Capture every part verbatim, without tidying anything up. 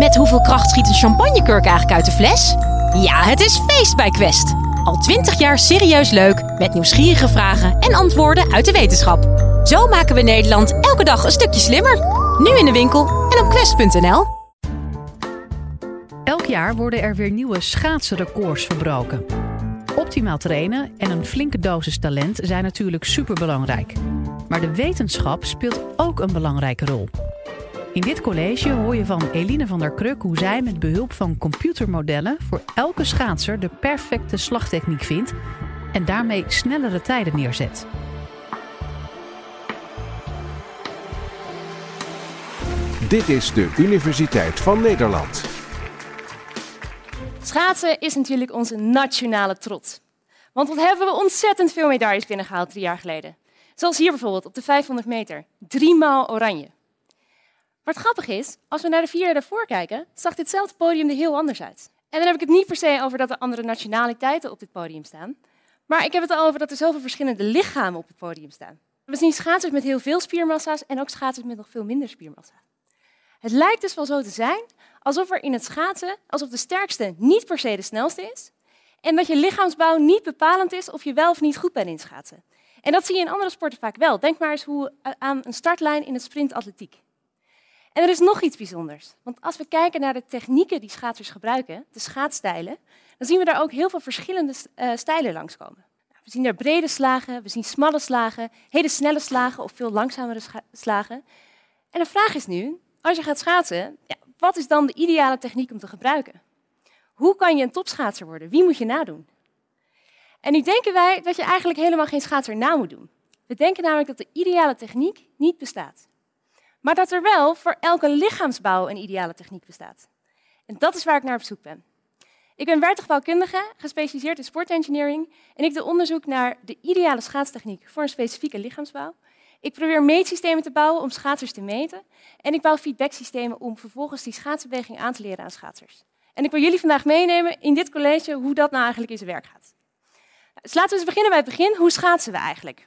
Met hoeveel kracht schiet een champagnekurk eigenlijk uit de fles? Ja, het is feest bij Quest. Al twintig jaar serieus leuk, met nieuwsgierige vragen en antwoorden uit de wetenschap. Zo maken we Nederland elke dag een stukje slimmer. Nu in de winkel en op quest punt n l. Elk jaar worden er weer nieuwe schaatsenrecords verbroken. Optimaal trainen en een flinke dosis talent zijn natuurlijk superbelangrijk. Maar de wetenschap speelt ook een belangrijke rol. In dit college hoor je van Eline van der Kruk hoe zij met behulp van computermodellen voor elke schaatser de perfecte slagtechniek vindt en daarmee snellere tijden neerzet. Dit is de Universiteit van Nederland. Schaatsen is natuurlijk onze nationale trots. Want wat hebben we ontzettend veel medailles binnengehaald drie jaar geleden. Zoals hier bijvoorbeeld op de vijfhonderd meter. Driemaal oranje. Maar het grappige is, als we naar de vier jaar daarvoor kijken, zag ditzelfde podium er heel anders uit. En dan heb ik het niet per se over dat er andere nationaliteiten op dit podium staan. Maar ik heb het al over dat er zoveel verschillende lichamen op het podium staan. We zien schaatsers met heel veel spiermassa's en ook schaatsers met nog veel minder spiermassa. Het lijkt dus wel zo te zijn alsof er in het schaatsen, alsof de sterkste niet per se de snelste is. En dat je lichaamsbouw niet bepalend is of je wel of niet goed bent in schaatsen. En dat zie je in andere sporten vaak wel. Denk maar eens hoe, aan een startlijn in het sprintatletiek. En er is nog iets bijzonders. Want als we kijken naar de technieken die schaatsers gebruiken, de schaatsstijlen, dan zien we daar ook heel veel verschillende uh, stijlen langskomen. We zien daar brede slagen, we zien smalle slagen, hele snelle slagen of veel langzamere slagen. En de vraag is nu, als je gaat schaatsen, ja, wat is dan de ideale techniek om te gebruiken? Hoe kan je een topschaatser worden? Wie moet je nadoen? En nu denken wij dat je eigenlijk helemaal geen schaatser na moet doen. We denken namelijk dat de ideale techniek niet bestaat. Maar dat er wel voor elke lichaamsbouw een ideale techniek bestaat. En dat is waar ik naar op zoek ben. Ik ben werktuigbouwkundige, gespecialiseerd in sportengineering. En ik doe onderzoek naar de ideale schaatstechniek voor een specifieke lichaamsbouw. Ik probeer meetsystemen te bouwen om schaatsers te meten. En ik bouw feedbacksystemen om vervolgens die schaatsbeweging aan te leren aan schaatsers. En ik wil jullie vandaag meenemen in dit college hoe dat nou eigenlijk in zijn werk gaat. Dus laten we eens beginnen bij het begin. Hoe schaatsen we eigenlijk?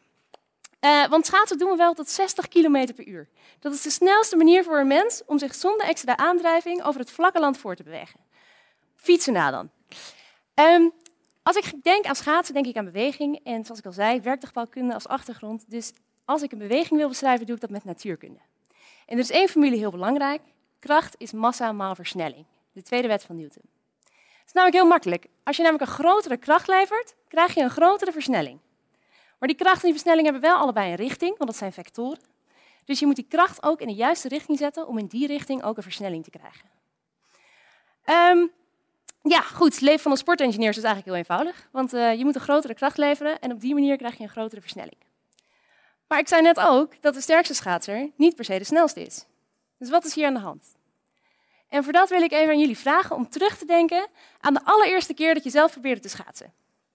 Uh, want schaatsen doen we wel tot zestig kilometer per uur. Dat is de snelste manier voor een mens om zich zonder extra aandrijving over het vlakke land voor te bewegen. Fietsen na dan. Um, als ik denk aan schaatsen, denk ik aan beweging. En zoals ik al zei, werktuigbouwkunde als achtergrond. Dus als ik een beweging wil beschrijven, doe ik dat met natuurkunde. En er is één formule heel belangrijk. Kracht is massa maal versnelling. De tweede wet van Newton. Het is namelijk heel makkelijk. Als je namelijk een grotere kracht levert, krijg je een grotere versnelling. Maar die kracht en die versnelling hebben wel allebei een richting, want dat zijn vectoren. Dus je moet die kracht ook in de juiste richting zetten om in die richting ook een versnelling te krijgen. Um, ja, goed. Het leven van een sportengineer is dus eigenlijk heel eenvoudig. Want uh, je moet een grotere kracht leveren en op die manier krijg je een grotere versnelling. Maar ik zei net ook dat de sterkste schaatser niet per se de snelste is. Dus wat is hier aan de hand? En voor dat wil ik even aan jullie vragen om terug te denken aan de allereerste keer dat je zelf probeerde te schaatsen.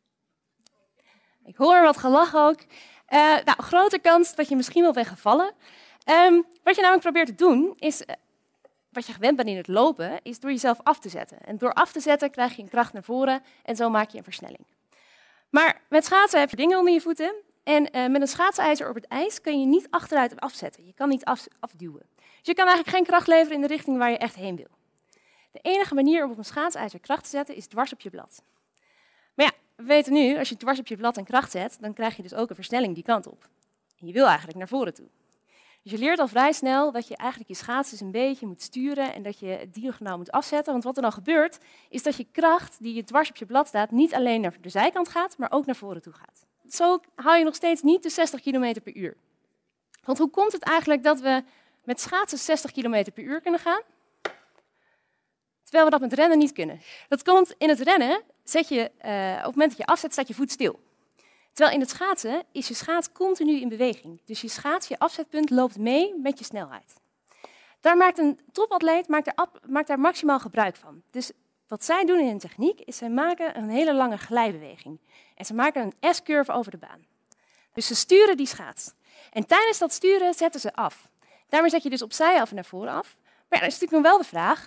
Ik hoor wat gelach ook. Uh, nou, grote kans dat je misschien wel bent gevallen. Um, wat je namelijk probeert te doen, is, uh, wat je gewend bent in het lopen, is door jezelf af te zetten. En door af te zetten krijg je een kracht naar voren en zo maak je een versnelling. Maar met schaatsen heb je dingen onder je voeten. En uh, met een schaatsijzer op het ijs kun je niet achteruit afzetten. Je kan niet af, afduwen. Dus je kan eigenlijk geen kracht leveren in de richting waar je echt heen wil. De enige manier om op een schaatsijzer kracht te zetten is dwars op je blad. Maar ja, we weten nu, als je dwars op je blad een kracht zet, dan krijg je dus ook een versnelling die kant op. En je wil eigenlijk naar voren toe. Dus je leert al vrij snel dat je eigenlijk je schaats dus een beetje moet sturen en dat je het diagonaal moet afzetten. Want wat er dan gebeurt, is dat je kracht die je dwars op je blad staat niet alleen naar de zijkant gaat, maar ook naar voren toe gaat. Zo haal je nog steeds niet de zestig kilometer per uur. Want hoe komt het eigenlijk dat we met schaatsen zestig kilometer per uur kunnen gaan, terwijl we dat met rennen niet kunnen? Dat komt in het rennen, zet je, uh, op het moment dat je afzet, staat je voet stil. Terwijl in het schaatsen is je schaats continu in beweging. Dus je schaats, je afzetpunt, loopt mee met je snelheid. Daar maakt een topatleet maakt daar, maakt daar maximaal gebruik van. Dus wat zij doen in hun techniek, is zij maken een hele lange glijbeweging. En ze maken een S-curve over de baan. Dus ze sturen die schaats. En tijdens dat sturen zetten ze af. Daarmee zet je dus opzij af en naar voren af. Maar ja, dan is natuurlijk nog wel de vraag,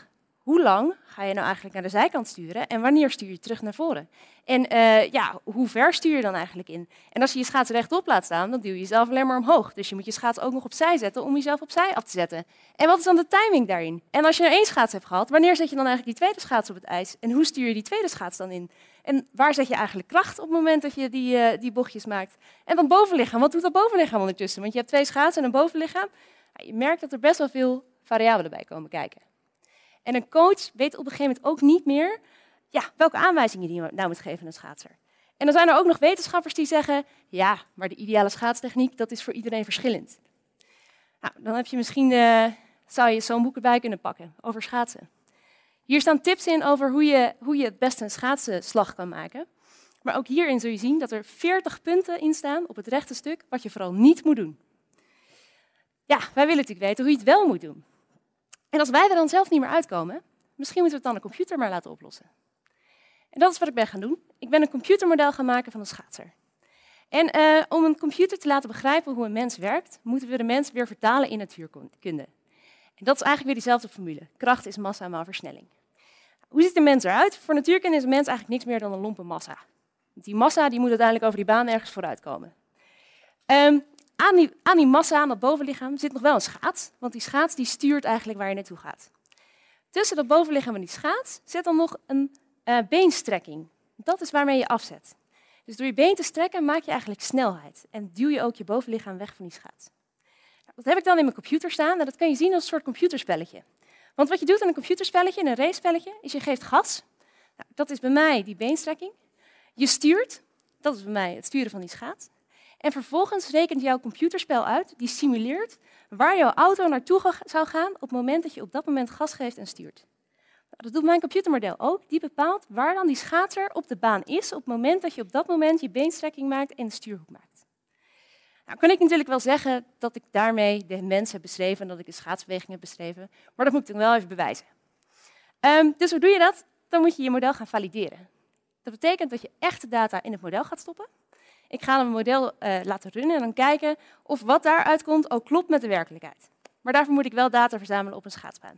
hoe lang ga je nou eigenlijk naar de zijkant sturen en wanneer stuur je terug naar voren? En uh, ja, hoe ver stuur je dan eigenlijk in? En als je je schaats rechtop laat staan, dan duw je jezelf alleen maar omhoog. Dus je moet je schaats ook nog opzij zetten om jezelf opzij af te zetten. En wat is dan de timing daarin? En als je nou één schaats hebt gehad, wanneer zet je dan eigenlijk die tweede schaats op het ijs? En hoe stuur je die tweede schaats dan in? En waar zet je eigenlijk kracht op het moment dat je die, uh, die bochtjes maakt? En dan bovenlichaam. Wat doet dat bovenlichaam ondertussen? Want je hebt twee schaatsen en een bovenlichaam. Nou, je merkt dat er best wel veel variabelen bij komen kijken. En een coach weet op een gegeven moment ook niet meer ja, welke aanwijzingen die je nou moet geven aan een schaatser. En dan zijn er ook nog wetenschappers die zeggen, ja, maar de ideale schaatstechniek, dat is voor iedereen verschillend. Nou, dan heb je misschien, uh, zou je zo'n boek erbij kunnen pakken over schaatsen. Hier staan tips in over hoe je, hoe je het beste een schaatsenslag kan maken. Maar ook hierin zul je zien dat er veertig punten in staan op het rechte stuk, wat je vooral niet moet doen. Ja, wij willen natuurlijk weten hoe je het wel moet doen. En als wij er dan zelf niet meer uitkomen, misschien moeten we het dan een computer maar laten oplossen. En dat is wat ik ben gaan doen. Ik ben een computermodel gaan maken van een schaatser. En uh, om een computer te laten begrijpen hoe een mens werkt, moeten we de mens weer vertalen in natuurkunde. En dat is eigenlijk weer diezelfde formule. Kracht is massa maal versnelling. Hoe ziet een mens eruit? Voor natuurkunde is een mens eigenlijk niks meer dan een lompe massa. Die massa die moet uiteindelijk over die baan ergens vooruit komen. Um, aan, die, aan die massa, aan dat bovenlichaam, zit nog wel een schaats. Want die schaats die stuurt eigenlijk waar je naartoe gaat. Tussen dat bovenlichaam en die schaats zit dan nog een uh, beenstrekking. Dat is waarmee je afzet. Dus door je been te strekken maak je eigenlijk snelheid. En duw je ook je bovenlichaam weg van die schaats. Nou, dat heb ik dan in mijn computer staan. En dat kan je zien als een soort computerspelletje. Want wat je doet in een computerspelletje, in een racespelletje, is je geeft gas. Nou, dat is bij mij die beenstrekking. Je stuurt. Dat is bij mij het sturen van die schaats. En vervolgens rekent jouw computerspel uit, die simuleert waar jouw auto naartoe zou gaan op het moment dat je op dat moment gas geeft en stuurt. Nou, dat doet mijn computermodel ook. Die bepaalt waar dan die schaatser op de baan is op het moment dat je op dat moment je beenstrekking maakt en de stuurhoek maakt. Nou, kan ik natuurlijk wel zeggen dat ik daarmee de mens heb beschreven en dat ik de schaatsbeweging heb beschreven, maar dat moet ik dan wel even bewijzen. Um, dus hoe doe je dat? Dan moet je je model gaan valideren. Dat betekent dat je echte data in het model gaat stoppen. Ik ga een model uh, laten runnen en dan kijken of wat daaruit komt ook klopt met de werkelijkheid. Maar daarvoor moet ik wel data verzamelen op een schaatsbaan.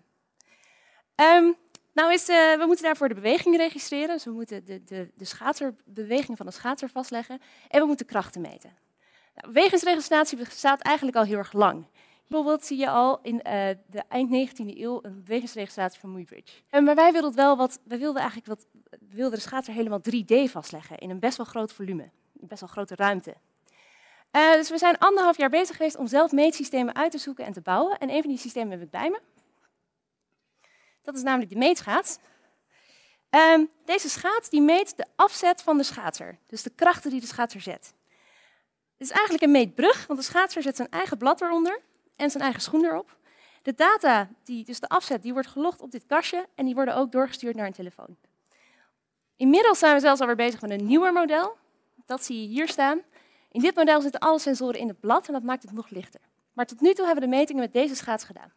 Um, nou is, uh, we moeten daarvoor de beweging registreren. Dus we moeten de, de, de schaatserbeweging van de schaatser vastleggen. En we moeten krachten meten. Nou, bewegingsregistratie bestaat eigenlijk al heel erg lang. Bijvoorbeeld zie je al in uh, de eind negentiende eeuw een bewegingsregistratie van Muybridge. Uh, maar wij wilden, het wel wat, wij wilden eigenlijk wat, we wilden de schaatser helemaal drie D vastleggen in een best wel groot volume. Best wel grote ruimte. Uh, dus we zijn anderhalf jaar bezig geweest om zelf meetsystemen uit te zoeken en te bouwen. En een van die systemen heb ik bij me. Dat is namelijk de meetschaats. Uh, deze schaats die meet de afzet van de schaatser. Dus de krachten die de schaatser zet. Het is eigenlijk een meetbrug, want de schaatser zet zijn eigen blad eronder en zijn eigen schoen erop. De data, die, dus de afzet, die wordt gelogd op dit kastje en die worden ook doorgestuurd naar een telefoon. Inmiddels zijn we zelfs alweer bezig met een nieuwer model. Dat zie je hier staan. In dit model zitten alle sensoren in het blad en dat maakt het nog lichter. Maar tot nu toe hebben we de metingen met deze schaats gedaan.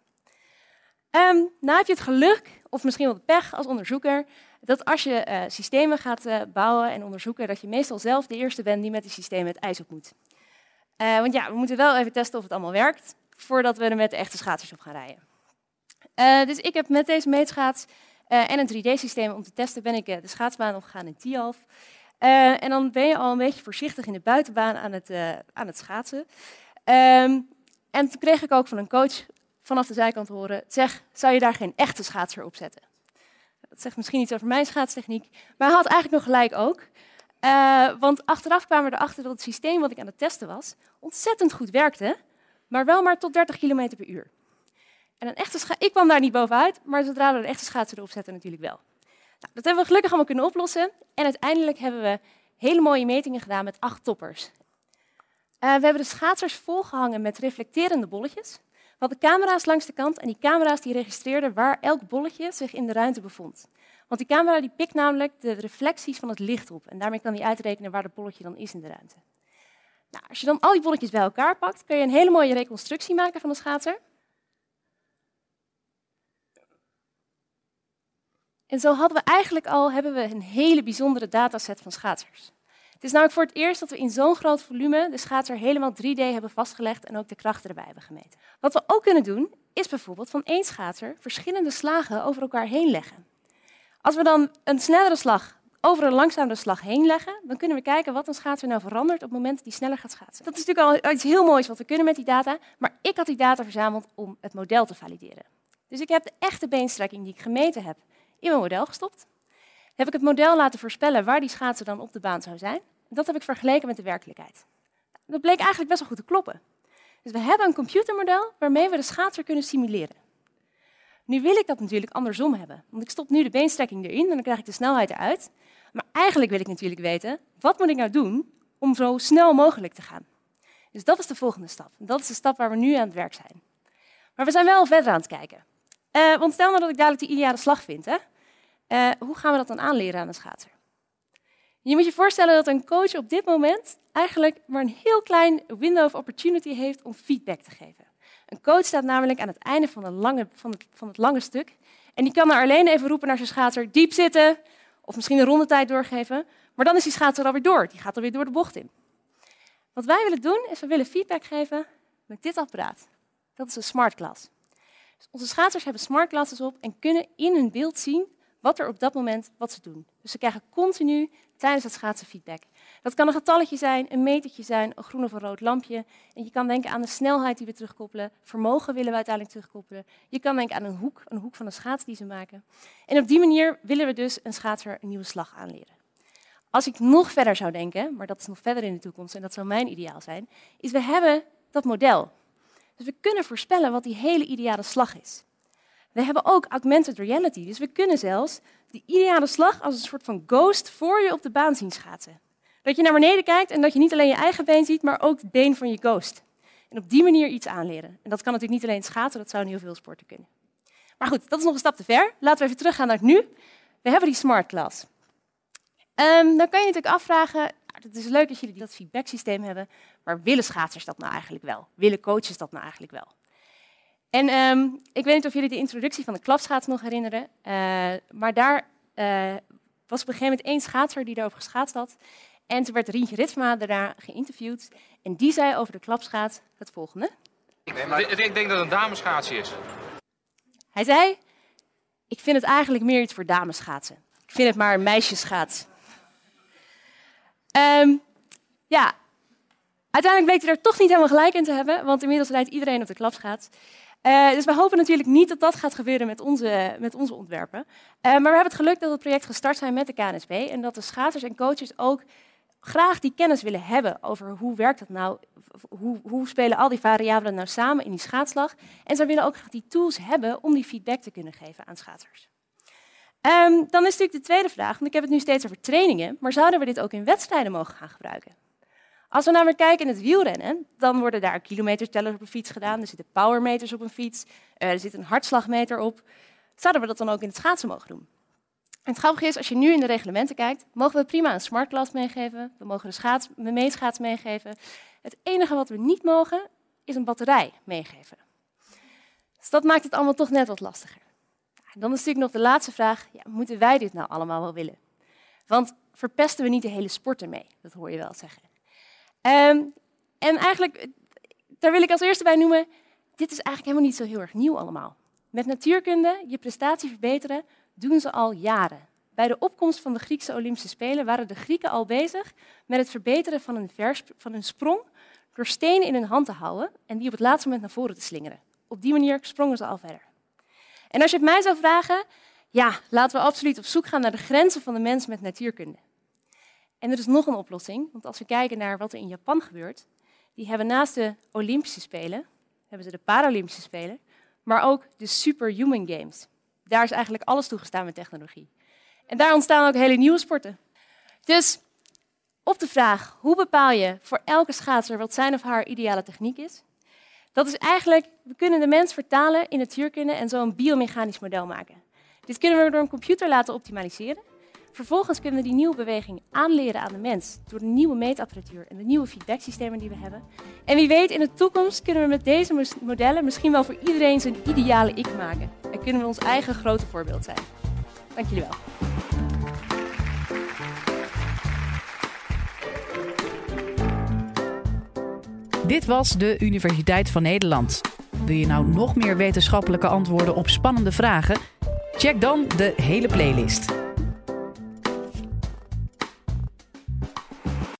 Um, nou heb je het geluk, of misschien wel de pech als onderzoeker, dat als je uh, systemen gaat uh, bouwen en onderzoeken, dat je meestal zelf de eerste bent die met die systemen het ijs op moet. Uh, want ja, we moeten wel even testen of het allemaal werkt, voordat we er met de echte schaatsers op gaan rijden. Uh, dus ik heb met deze meetschaats uh, en een drie D-systeem om te testen, ben ik uh, de schaatsbaan opgegaan in Tialf. Uh, en dan ben je al een beetje voorzichtig in de buitenbaan aan het, uh, aan het schaatsen. Um, en toen kreeg ik ook van een coach vanaf de zijkant te horen, zeg, zou je daar geen echte schaatser op zetten? Dat zegt misschien iets over mijn schaatstechniek, maar hij had eigenlijk nog gelijk ook. Uh, want achteraf kwamen we erachter dat het systeem wat ik aan het testen was, ontzettend goed werkte, maar wel maar tot dertig kilometer per uur. En een echte scha- ik kwam daar niet bovenuit, maar zodra we een echte schaatser erop zetten natuurlijk wel. Nou, dat hebben we gelukkig allemaal kunnen oplossen. En uiteindelijk hebben we hele mooie metingen gedaan met acht toppers. Uh, we hebben de schaatsers volgehangen met reflecterende bolletjes. We hadden camera's langs de kant en die camera's die registreerden waar elk bolletje zich in de ruimte bevond. Want die camera die pikt namelijk de reflecties van het licht op. En daarmee kan die uitrekenen waar dat bolletje dan is in de ruimte. Nou, als je dan al die bolletjes bij elkaar pakt, kun je een hele mooie reconstructie maken van de schaatser. En zo hadden we eigenlijk al hebben we een hele bijzondere dataset van schaatsers. Het is namelijk voor het eerst dat we in zo'n groot volume de schaatser helemaal drie D hebben vastgelegd en ook de krachten erbij hebben gemeten. Wat we ook kunnen doen, is bijvoorbeeld van één schaatser verschillende slagen over elkaar heen leggen. Als we dan een snellere slag over een langzamere slag heen leggen, dan kunnen we kijken wat een schaatser nou verandert op het moment dat hij sneller gaat schaatsen. Dat is natuurlijk al iets heel moois wat we kunnen met die data, maar ik had die data verzameld om het model te valideren. Dus ik heb de echte beenstrekking die ik gemeten heb in mijn model gestopt. Heb ik het model laten voorspellen waar die schaatser dan op de baan zou zijn. En dat heb ik vergeleken met de werkelijkheid. Dat bleek eigenlijk best wel goed te kloppen. Dus we hebben een computermodel waarmee we de schaatser kunnen simuleren. Nu wil ik dat natuurlijk andersom hebben. Want ik stop nu de beenstrekking erin en dan krijg ik de snelheid eruit. Maar eigenlijk wil ik natuurlijk weten, wat moet ik nou doen om zo snel mogelijk te gaan? Dus dat is de volgende stap. Dat is de stap waar we nu aan het werk zijn. Maar we zijn wel verder aan het kijken. Uh, want stel nou dat ik dadelijk die ideale slag vind. Hè? Uh, hoe gaan we dat dan aanleren aan een schaatser? Je moet je voorstellen dat een coach op dit moment eigenlijk maar een heel klein window of opportunity heeft om feedback te geven. Een coach staat namelijk aan het einde van, een lange, van, het, van het lange stuk. En die kan maar alleen even roepen naar zijn schaatser, diep zitten. Of misschien een rondetijd doorgeven. Maar dan is die schaatser alweer door. Die gaat alweer door de bocht in. Wat wij willen doen, is we willen feedback geven met dit apparaat. Dat is een smart glass. Dus onze schaatsers hebben smart glasses op en kunnen in hun beeld zien wat er op dat moment wat ze doen. Dus ze krijgen continu tijdens het schaatsen feedback. Dat kan een getalletje zijn, een metertje zijn, een groen of een rood lampje. En je kan denken aan de snelheid die we terugkoppelen. Vermogen willen we uiteindelijk terugkoppelen. Je kan denken aan een hoek, een hoek van een schaats die ze maken. En op die manier willen we dus een schaatser een nieuwe slag aanleren. Als ik nog verder zou denken, maar dat is nog verder in de toekomst en dat zou mijn ideaal zijn, is we hebben dat model. Dus we kunnen voorspellen wat die hele ideale slag is. We hebben ook augmented reality, dus we kunnen zelfs die ideale slag als een soort van ghost voor je op de baan zien schaatsen. Dat je naar beneden kijkt en dat je niet alleen je eigen been ziet, maar ook het been van je ghost. En op die manier iets aanleren. En dat kan natuurlijk niet alleen schaatsen, dat zou in heel veel sporten kunnen. Maar goed, dat is nog een stap te ver. Laten we even teruggaan naar het nu. We hebben die smart glass. Um, dan kan je natuurlijk afvragen, nou, het is leuk dat jullie dat feedbacksysteem hebben, maar willen schaatsers dat nou eigenlijk wel? Willen coaches dat nou eigenlijk wel? En um, ik weet niet of jullie de introductie van de klapschaats nog herinneren, uh, maar daar uh, was op een gegeven moment één schaatser die daarover geschaatst had. En toen werd Rientje Ritsma daarna geïnterviewd en die zei over de klapschaats het volgende. Nee, maar ik denk dat het een dameschaats is. Hij zei, ik vind het eigenlijk meer iets voor damesschaatsen. Ik vind het maar een meisjesschaats. Um, ja, uiteindelijk bleek hij er toch niet helemaal gelijk in te hebben, want inmiddels rijdt iedereen op de klapschaats. Uh, dus we hopen natuurlijk niet dat dat gaat gebeuren met onze, met onze ontwerpen. Uh, maar we hebben het geluk dat het project gestart zijn met de K N S B en dat de schaatsers en coaches ook graag die kennis willen hebben over hoe werkt dat nou, hoe, hoe spelen al die variabelen nou samen in die schaatslag. En zij willen ook graag die tools hebben om die feedback te kunnen geven aan schaatsers. Um, dan is natuurlijk de tweede vraag, want ik heb het nu steeds over trainingen, maar zouden we dit ook in wedstrijden mogen gaan gebruiken? Als we namelijk kijken in het wielrennen, dan worden daar kilometertellers op een fiets gedaan, er zitten powermeters op een fiets, er zit een hartslagmeter op. Zouden we dat dan ook in het schaatsen mogen doen? En het grappige is, als je nu in de reglementen kijkt, mogen we prima een smart glass meegeven, we mogen de schaats, de meetschaats meegeven. Het enige wat we niet mogen, is een batterij meegeven. Dus dat maakt het allemaal toch net wat lastiger. En dan is natuurlijk nog de laatste vraag, ja, moeten wij dit nou allemaal wel willen? Want verpesten we niet de hele sport ermee? Dat hoor je wel zeggen. Um, en eigenlijk, daar wil ik als eerste bij noemen, dit is eigenlijk helemaal niet zo heel erg nieuw allemaal. Met natuurkunde, je prestatie verbeteren, doen ze al jaren. Bij de opkomst van de Griekse Olympische Spelen waren de Grieken al bezig met het verbeteren van hun, versp- van hun sprong door stenen in hun hand te houden en die op het laatste moment naar voren te slingeren. Op die manier sprongen ze al verder. En als je het mij zou vragen, ja, laten we absoluut op zoek gaan naar de grenzen van de mens met natuurkunde. En er is nog een oplossing, want als we kijken naar wat er in Japan gebeurt, die hebben naast de Olympische Spelen, hebben ze de Paralympische Spelen, maar ook de Superhuman Games. Daar is eigenlijk alles toegestaan met technologie. En daar ontstaan ook hele nieuwe sporten. Dus op de vraag, hoe bepaal je voor elke schaatser wat zijn of haar ideale techniek is? Dat is eigenlijk, we kunnen de mens vertalen in natuurkunde en zo een biomechanisch model maken. Dit kunnen we door een computer laten optimaliseren. Vervolgens kunnen we die nieuwe beweging aanleren aan de mens door de nieuwe meetapparatuur en de nieuwe feedbacksystemen die we hebben. En wie weet, in de toekomst kunnen we met deze modellen misschien wel voor iedereen zijn ideale ik maken. En kunnen we ons eigen grote voorbeeld zijn. Dank jullie wel. Dit was de Universiteit van Nederland. Wil je nou nog meer wetenschappelijke antwoorden op spannende vragen? Check dan de hele playlist.